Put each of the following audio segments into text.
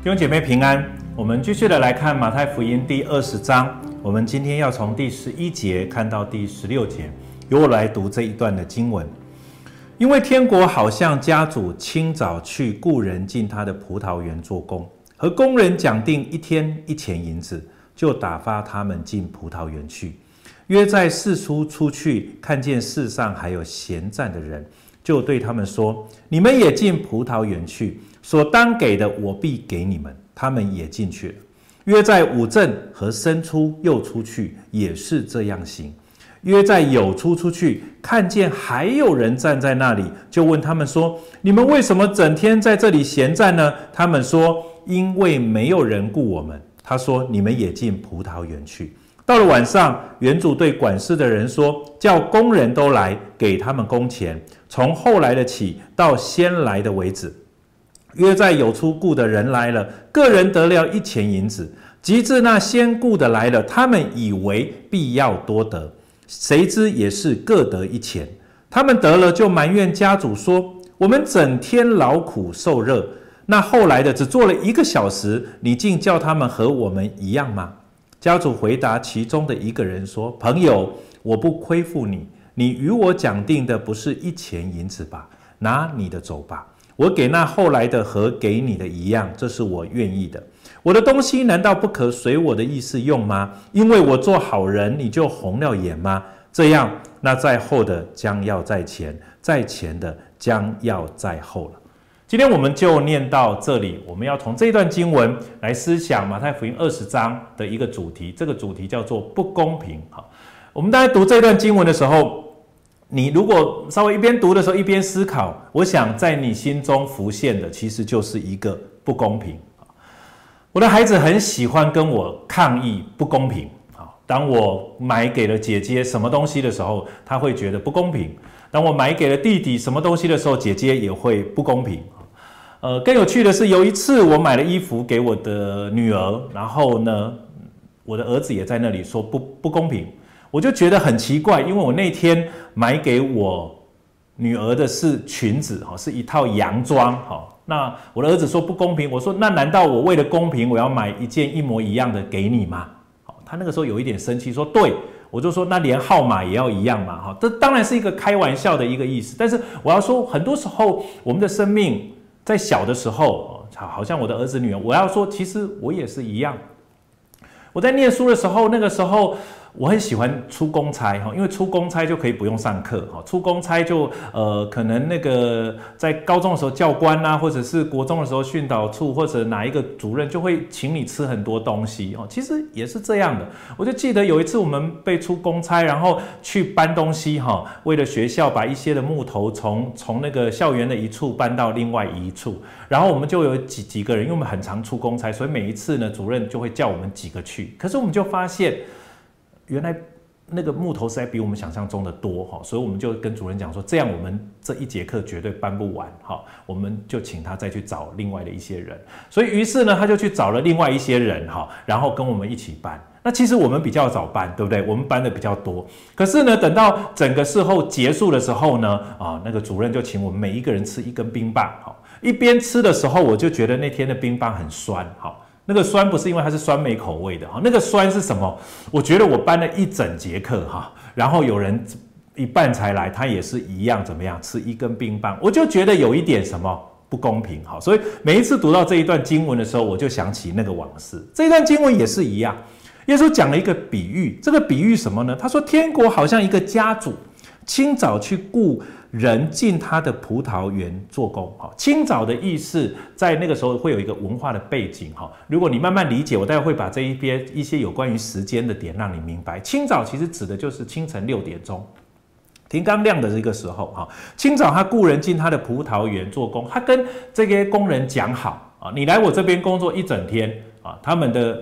弟兄姐妹平安，我们继续的来看马太福音第20章，我们今天要从第11节看到第16节，由我来读这一段的经文。因为天国好像家主清早去雇人进他的葡萄园做工，和工人讲定1天1钱银子，就打发他们进葡萄园去。约在巳初出去，看见世上还有闲站的人，就对他们说：你们也进葡萄园去，所当给的我必给你们。他们也进去了。约在午正和申初又出去，也是这样行。约在酉初出去，看见还有人站在那里，就问他们说：你们为什么整天在这里闲站呢？他们说：因为没有人雇我们。他说：你们也进葡萄园去。到了晚上，园主对管事的人说：叫工人都来，给他们工钱，从后来的起到先来的为止。约在酉初雇的人来了，个人得了1钱银子。及至那先雇的来了，他们以为必要多得，谁知也是各得1钱。他们得了，就埋怨家主说：我们整天劳苦受热，那后来的只做了1个小时，你竟叫他们和我们一样吗？家主回答其中的一个人说：朋友，我不亏负你，你与我讲定的不是1钱银子吧？拿你的走吧，我给那后来的和给你的一样，这是我愿意的。我的东西难道不可随我的意思用吗？因为我做好人，你就红了眼吗？这样，那在后的将要在前，在前的将要在后了。今天我们就念到这里，我们要从这段经文来思想马太福音20章的一个主题，这个主题叫做不公平。我们大家读这段经文的时候，你如果稍微一边读的时候一边思考，我想在你心中浮现的其实就是一个不公平。我的孩子很喜欢跟我抗议不公平。当我买给了姐姐什么东西的时候，他会觉得不公平；当我买给了弟弟什么东西的时候，姐姐也会不公平。更有趣的是，有一次我买了衣服给我的女儿，然后呢，我的儿子也在那里说不公平，我就觉得很奇怪，因为我那天买给我女儿的是裙子，是一套洋装，那我的儿子说不公平，我说那难道我为了公平，我要买一件一模一样的给你吗？他那个时候有一点生气，说对，我就说那连号码也要一样嘛，这当然是一个开玩笑的一个意思，但是我要说，很多时候我们的生命在小的时候，好像我的儿子女儿，我要说，其实我也是一样。我在念书的时候，那个时候我很喜欢出公差，因为出公差就可以不用上课，出公差就可能那个在高中的时候教官啊，或者是国中的时候训导处或者哪一个主任就会请你吃很多东西，其实也是这样的。我就记得有一次我们被出公差，然后去搬东西，为了学校把一些的木头从那个校园的一处搬到另外一处，然后我们就有几个人，因为我们很常出公差，所以每一次呢主任就会叫我们几个去，可是我们就发现原来那个木头实在比我们想象中的多，所以我们就跟主任讲说，这样我们这一节课绝对搬不完，我们就请他再去找另外的一些人。所以于是呢，他就去找了另外一些人，然后跟我们一起搬。那其实我们比较早搬，对不对？我们搬的比较多。可是呢，等到整个事后结束的时候呢，那个主任就请我们每一个人吃1根冰棒。一边吃的时候，我就觉得那天的冰棒很酸，那个酸不是因为它是酸梅口味的，那个酸是什么？我觉得我搬了一整节课，然后有人一半才来，他也是一样怎么样吃1根冰棒，我就觉得有一点什么不公平，所以每一次读到这一段经文的时候，我就想起那个往事。这一段经文也是一样，耶稣讲了一个比喻，这个比喻什么呢？他说天国好像一个家主，清早去雇人进他的葡萄园做工。清早的意思在那个时候会有一个文化的背景，如果你慢慢理解，我待会会把这一些有关于时间的点让你明白。清早其实指的就是清晨6点钟，天刚亮的这个时候。清早他雇人进他的葡萄园做工，他跟这些工人讲好，你来我这边工作一整天，他们的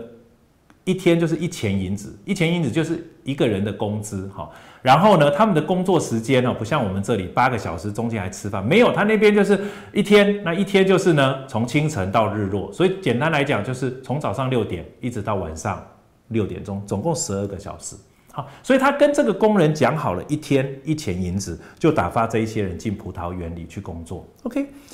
1天就是1钱银子，1钱银子就是一个人的工资。然后呢，他们的工作时间不像我们这里8个小时，中间还吃饭，没有，他那边就是1天，那1天就是呢从清晨到日落，所以简单来讲就是从早上6点一直到晚上6点钟，总共12个小时。好，所以他跟这个工人讲好了，1天1钱银子，就打发这一些人进葡萄园里去工作。OK，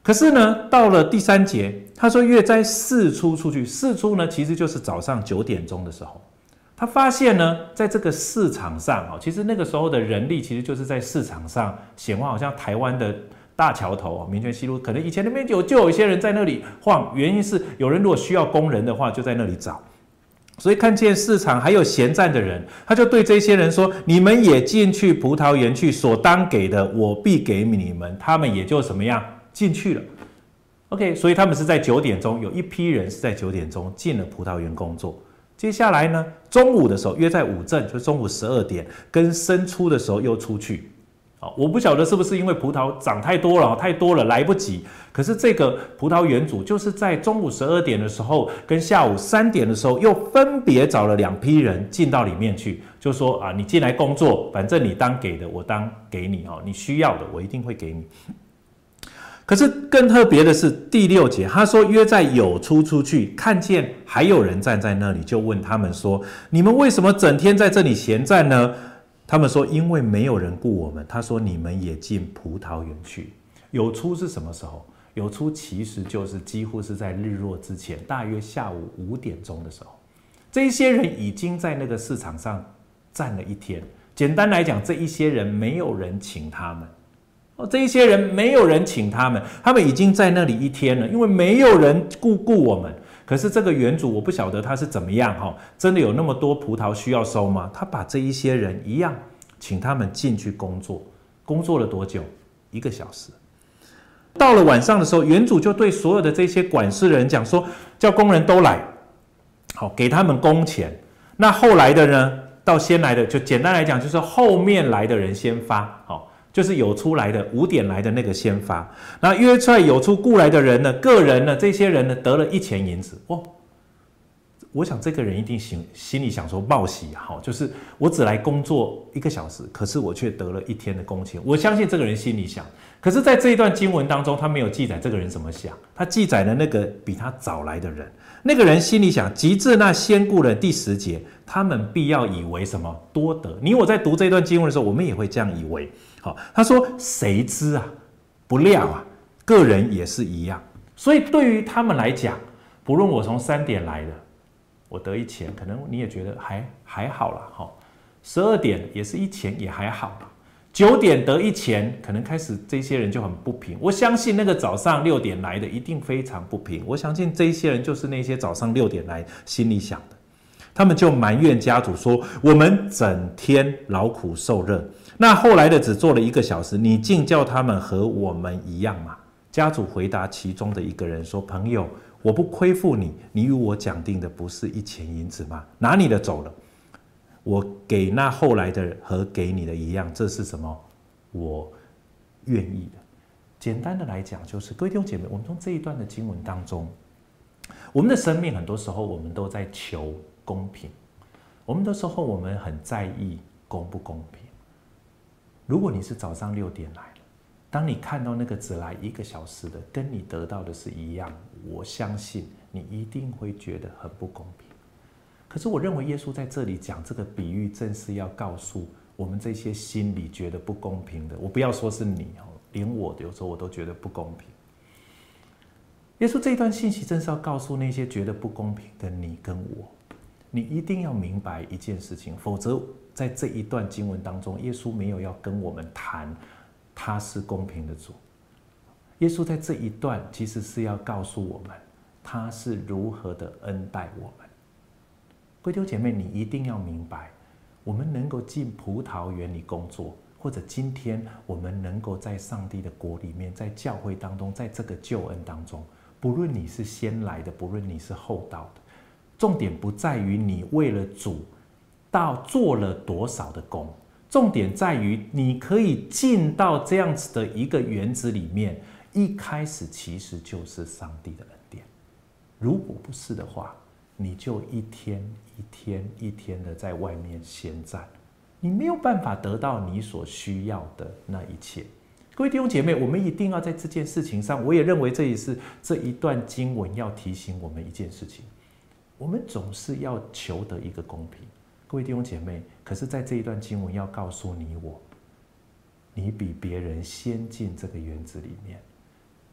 可是呢，到了第3节，他说约在巳初出去，巳初呢其实就是早上9点钟的时候，他发现呢，在这个市场上，其实那个时候的人力其实就是在市场上显化，好像台湾的大桥头民权西路，可能以前那边就有一些人在那里晃，原因是有人如果需要工人的话，就在那里找。所以看见市场还有闲站的人，他就对这些人说：“你们也进去葡萄园去，所当给的，我必给你们。”他们也就什么样进去了。OK， 所以他们是在9点钟，有一批人是在9点钟进了葡萄园工作。接下来呢，中午的时候约在午正，就中午12点，跟申初的时候又出去。我不晓得是不是因为葡萄长太多了来不及。可是这个葡萄园主就是在中午12点的时候跟下午3点的时候，又分别找了2批人进到里面去，就说啊，你进来工作，反正你当给的我当给你，你需要的我一定会给你。可是更特别的是第6节，他说约在酉初出去，看见还有人站在那里，就问他们说：你们为什么整天在这里闲站呢？他们说：因为没有人雇我们。他说：你们也进葡萄园去。酉初是什么时候？酉初其实就是几乎是在日落之前，大约下午5点钟的时候。这一些人已经在那个市场上站了一天。简单来讲，这一些人没有人请他们。这一些人没有人请他们，他们已经在那里一天了，因为没有人雇我们。可是这个园主我不晓得他是怎么样，真的有那么多葡萄需要收吗？他把这一些人一样请他们进去工作，工作了多久？1个小时。到了晚上的时候，园主就对所有的这些管事人讲说，叫工人都来，好，给他们工钱。那后来的呢，到先来的，就简单来讲就是后面来的人先发，好，就是酉初来的5点来的那个先发。那约出来酉初雇来的人呢，个人呢，这些人呢得了1钱银子。我想这个人一定心里想说报喜，就是我只来工作1个小时，可是我却得了1天的工钱。我相信这个人心里想。可是在这一段经文当中，他没有记载这个人怎么想，他记载了那个比他早来的人。那个人心里想，及至那先雇人，第10节，他们必要以为什么？多得。你我在读这段经文的时候，我们也会这样以为。好，他说谁知啊，不料啊，个人也是一样。所以对于他们来讲，不论我从3点来的，我得1钱，可能你也觉得还好啦。12点也是1钱，也还好啦。9点得1钱，可能开始这些人就很不平。我相信那个早上6点来的一定非常不平。我相信这些人就是那些早上6点来心里想的，他们就埋怨家主说：我们整天劳苦受热，那后来的只做了1个小时，你竟叫他们和我们一样吗？家主回答其中的一个人说：朋友，我不亏负你，你与我讲定的不是1钱银子吗？拿你的走了，我给那后来的和给你的一样，这是什么？我愿意的。简单的来讲，就是各位弟兄姐妹，我们从这一段的经文当中，我们的生命很多时候我们都在求公平，我们的时候我们很在意公不公平。如果你是早上6点来，当你看到那个只来1个小时的，跟你得到的是一样，我相信你一定会觉得很不公平。可是我认为耶稣在这里讲这个比喻，正是要告诉我们这些心里觉得不公平的。我不要说是你，连我有时候我都觉得不公平。耶稣这一段信息正是要告诉那些觉得不公平的你跟我，你一定要明白一件事情，否则在这一段经文当中，耶稣没有要跟我们谈他是公平的主。耶稣在这一段其实是要告诉我们，他是如何的恩待我们。各位弟兄姐妹，你一定要明白，我们能够进葡萄园里工作，或者今天我们能够在上帝的国里面，在教会当中，在这个救恩当中，不论你是先来的，不论你是后到的，重点不在于你为了主到做了多少的工，重点在于你可以进到这样子的一个园子里面，一开始其实就是上帝的恩典。如果不是的话，你就一天一天一天的在外面闲站，你没有办法得到你所需要的那一切。各位弟兄姐妹，我们一定要在这件事情上，我也认为这也是这一段经文要提醒我们一件事情，我们总是要求得一个公平。各位弟兄姐妹，可是在这一段经文要告诉你我，你比别人先进这个园子里面，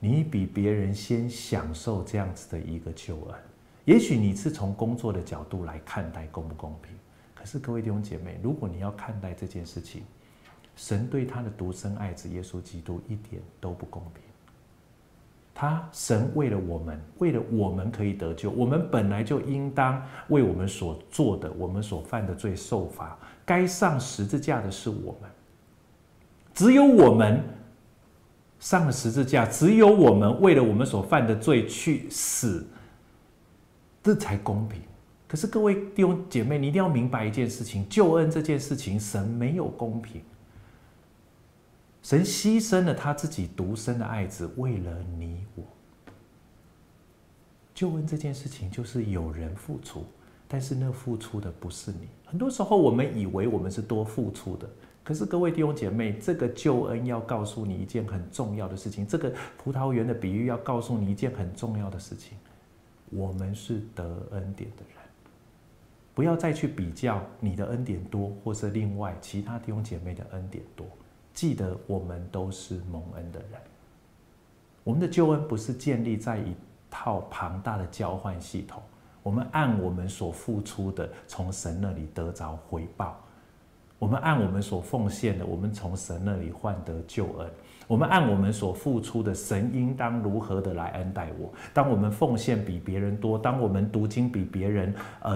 你比别人先享受这样子的一个救恩。也许你是从工作的角度来看待公不公平，可是各位弟兄姐妹，如果你要看待这件事情，神对他的独生爱子耶稣基督一点都不公平。神为了我们可以得救，我们本来就应当为我们所做的、我们所犯的罪受罚。该上十字架的是我们，只有我们上了十字架，只有我们为了我们所犯的罪去死，这才公平。可是各位弟兄姐妹，你一定要明白一件事情：救恩这件事情，神没有公平。神牺牲了他自己独生的爱子，为了你我。救恩这件事情就是有人付出，但是那付出的不是你。很多时候我们以为我们是多付出的，可是各位弟兄姐妹，这个救恩要告诉你一件很重要的事情，这个葡萄园的比喻要告诉你一件很重要的事情：我们是得恩典的人。不要再去比较你的恩典多，或是另外其他弟兄姐妹的恩典多。记得我们都是蒙恩的人。我们的救恩不是建立在一套庞大的交换系统，我们按我们所付出的从神那里得着回报，我们按我们所奉献的，我们从神那里换得救恩，我们按我们所付出的，神应当如何的来恩待我。当我们奉献比别人多，当我们读经比别人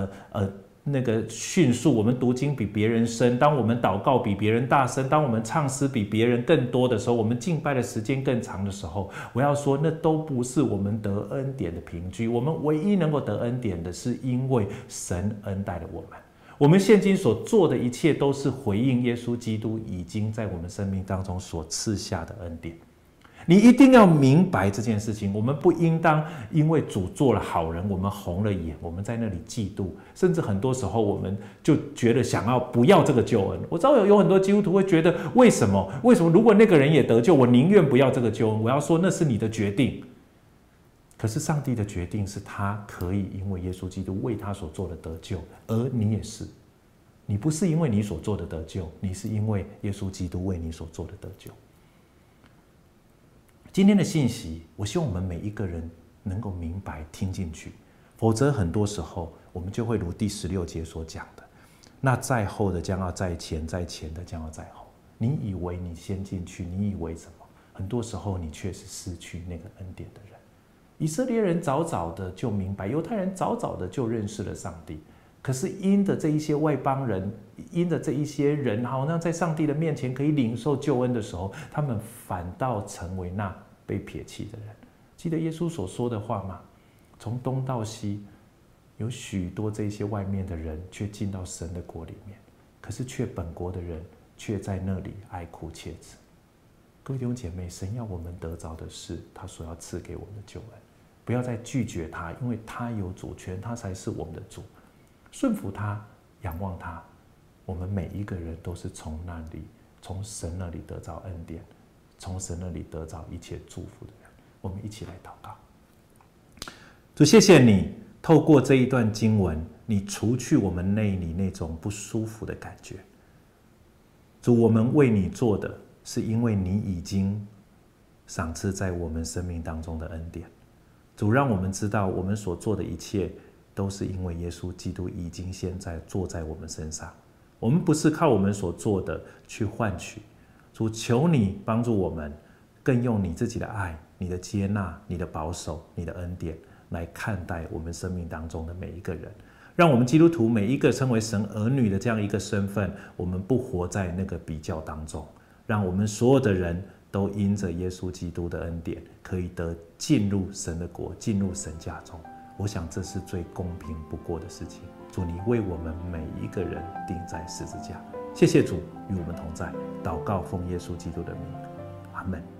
迅速，我们读经比别人深，当我们祷告比别人大声，当我们唱诗比别人更多的时候，我们敬拜的时间更长的时候，我要说，那都不是我们得恩典的凭据。我们唯一能够得恩典的，是因为神恩待了我们。我们现今所做的一切，都是回应耶稣基督已经在我们生命当中所赐下的恩典。你一定要明白这件事情，我们不应当因为主做了好人，我们红了眼，我们在那里嫉妒，甚至很多时候我们就觉得想要不要这个救恩。我知道有很多基督徒会觉得，为什么如果那个人也得救，我宁愿不要这个救恩。我要说，那是你的决定。可是上帝的决定是他可以因为耶稣基督为他所做的得救，而你也是。你不是因为你所做的得救，你是因为耶稣基督为你所做的得救。今天的信息，我希望我们每一个人能够明白听进去，否则很多时候我们就会如第16节所讲的，那在后的将要在前，在前的将要在后。你以为你先进去，你以为什么？很多时候你却是失去那个恩典的人。以色列人早早的就明白，犹太人早早的就认识了上帝，可是因着这一些外邦人，因着这一些人好像在上帝的面前可以领受救恩的时候，他们反倒成为那被撇弃的人。记得耶稣所说的话吗？从东到西，有许多这些外面的人却进到神的国里面，可是却本国的人却在那里哀哭切齿。各位弟兄姐妹，神要我们得着的是他所要赐给我们的救恩，不要再拒绝他，因为他有主权，他才是我们的主。顺服他，仰望他，我们每一个人都是从神那里得着恩典，从神那里得着一切祝福的人。我们一起来祷告。主，谢谢你透过这一段经文，你除去我们内里那种不舒服的感觉。主，我们为你做的是因为你已经赏赐在我们生命当中的恩典。主，让我们知道我们所做的一切都是因为耶稣基督已经现在坐在我们身上，我们不是靠我们所做的去换取。主，求你帮助我们，更用你自己的爱、你的接纳、你的保守、你的恩典来看待我们生命当中的每一个人，让我们基督徒每一个成为神儿女的这样一个身份，我们不活在那个比较当中，让我们所有的人都因着耶稣基督的恩典，可以得进入神的国，进入神家中。我想这是最公平不过的事情。主，你为我们每一个人钉在十字架。谢谢主与我们同在，祷告奉耶稣基督的名，阿们。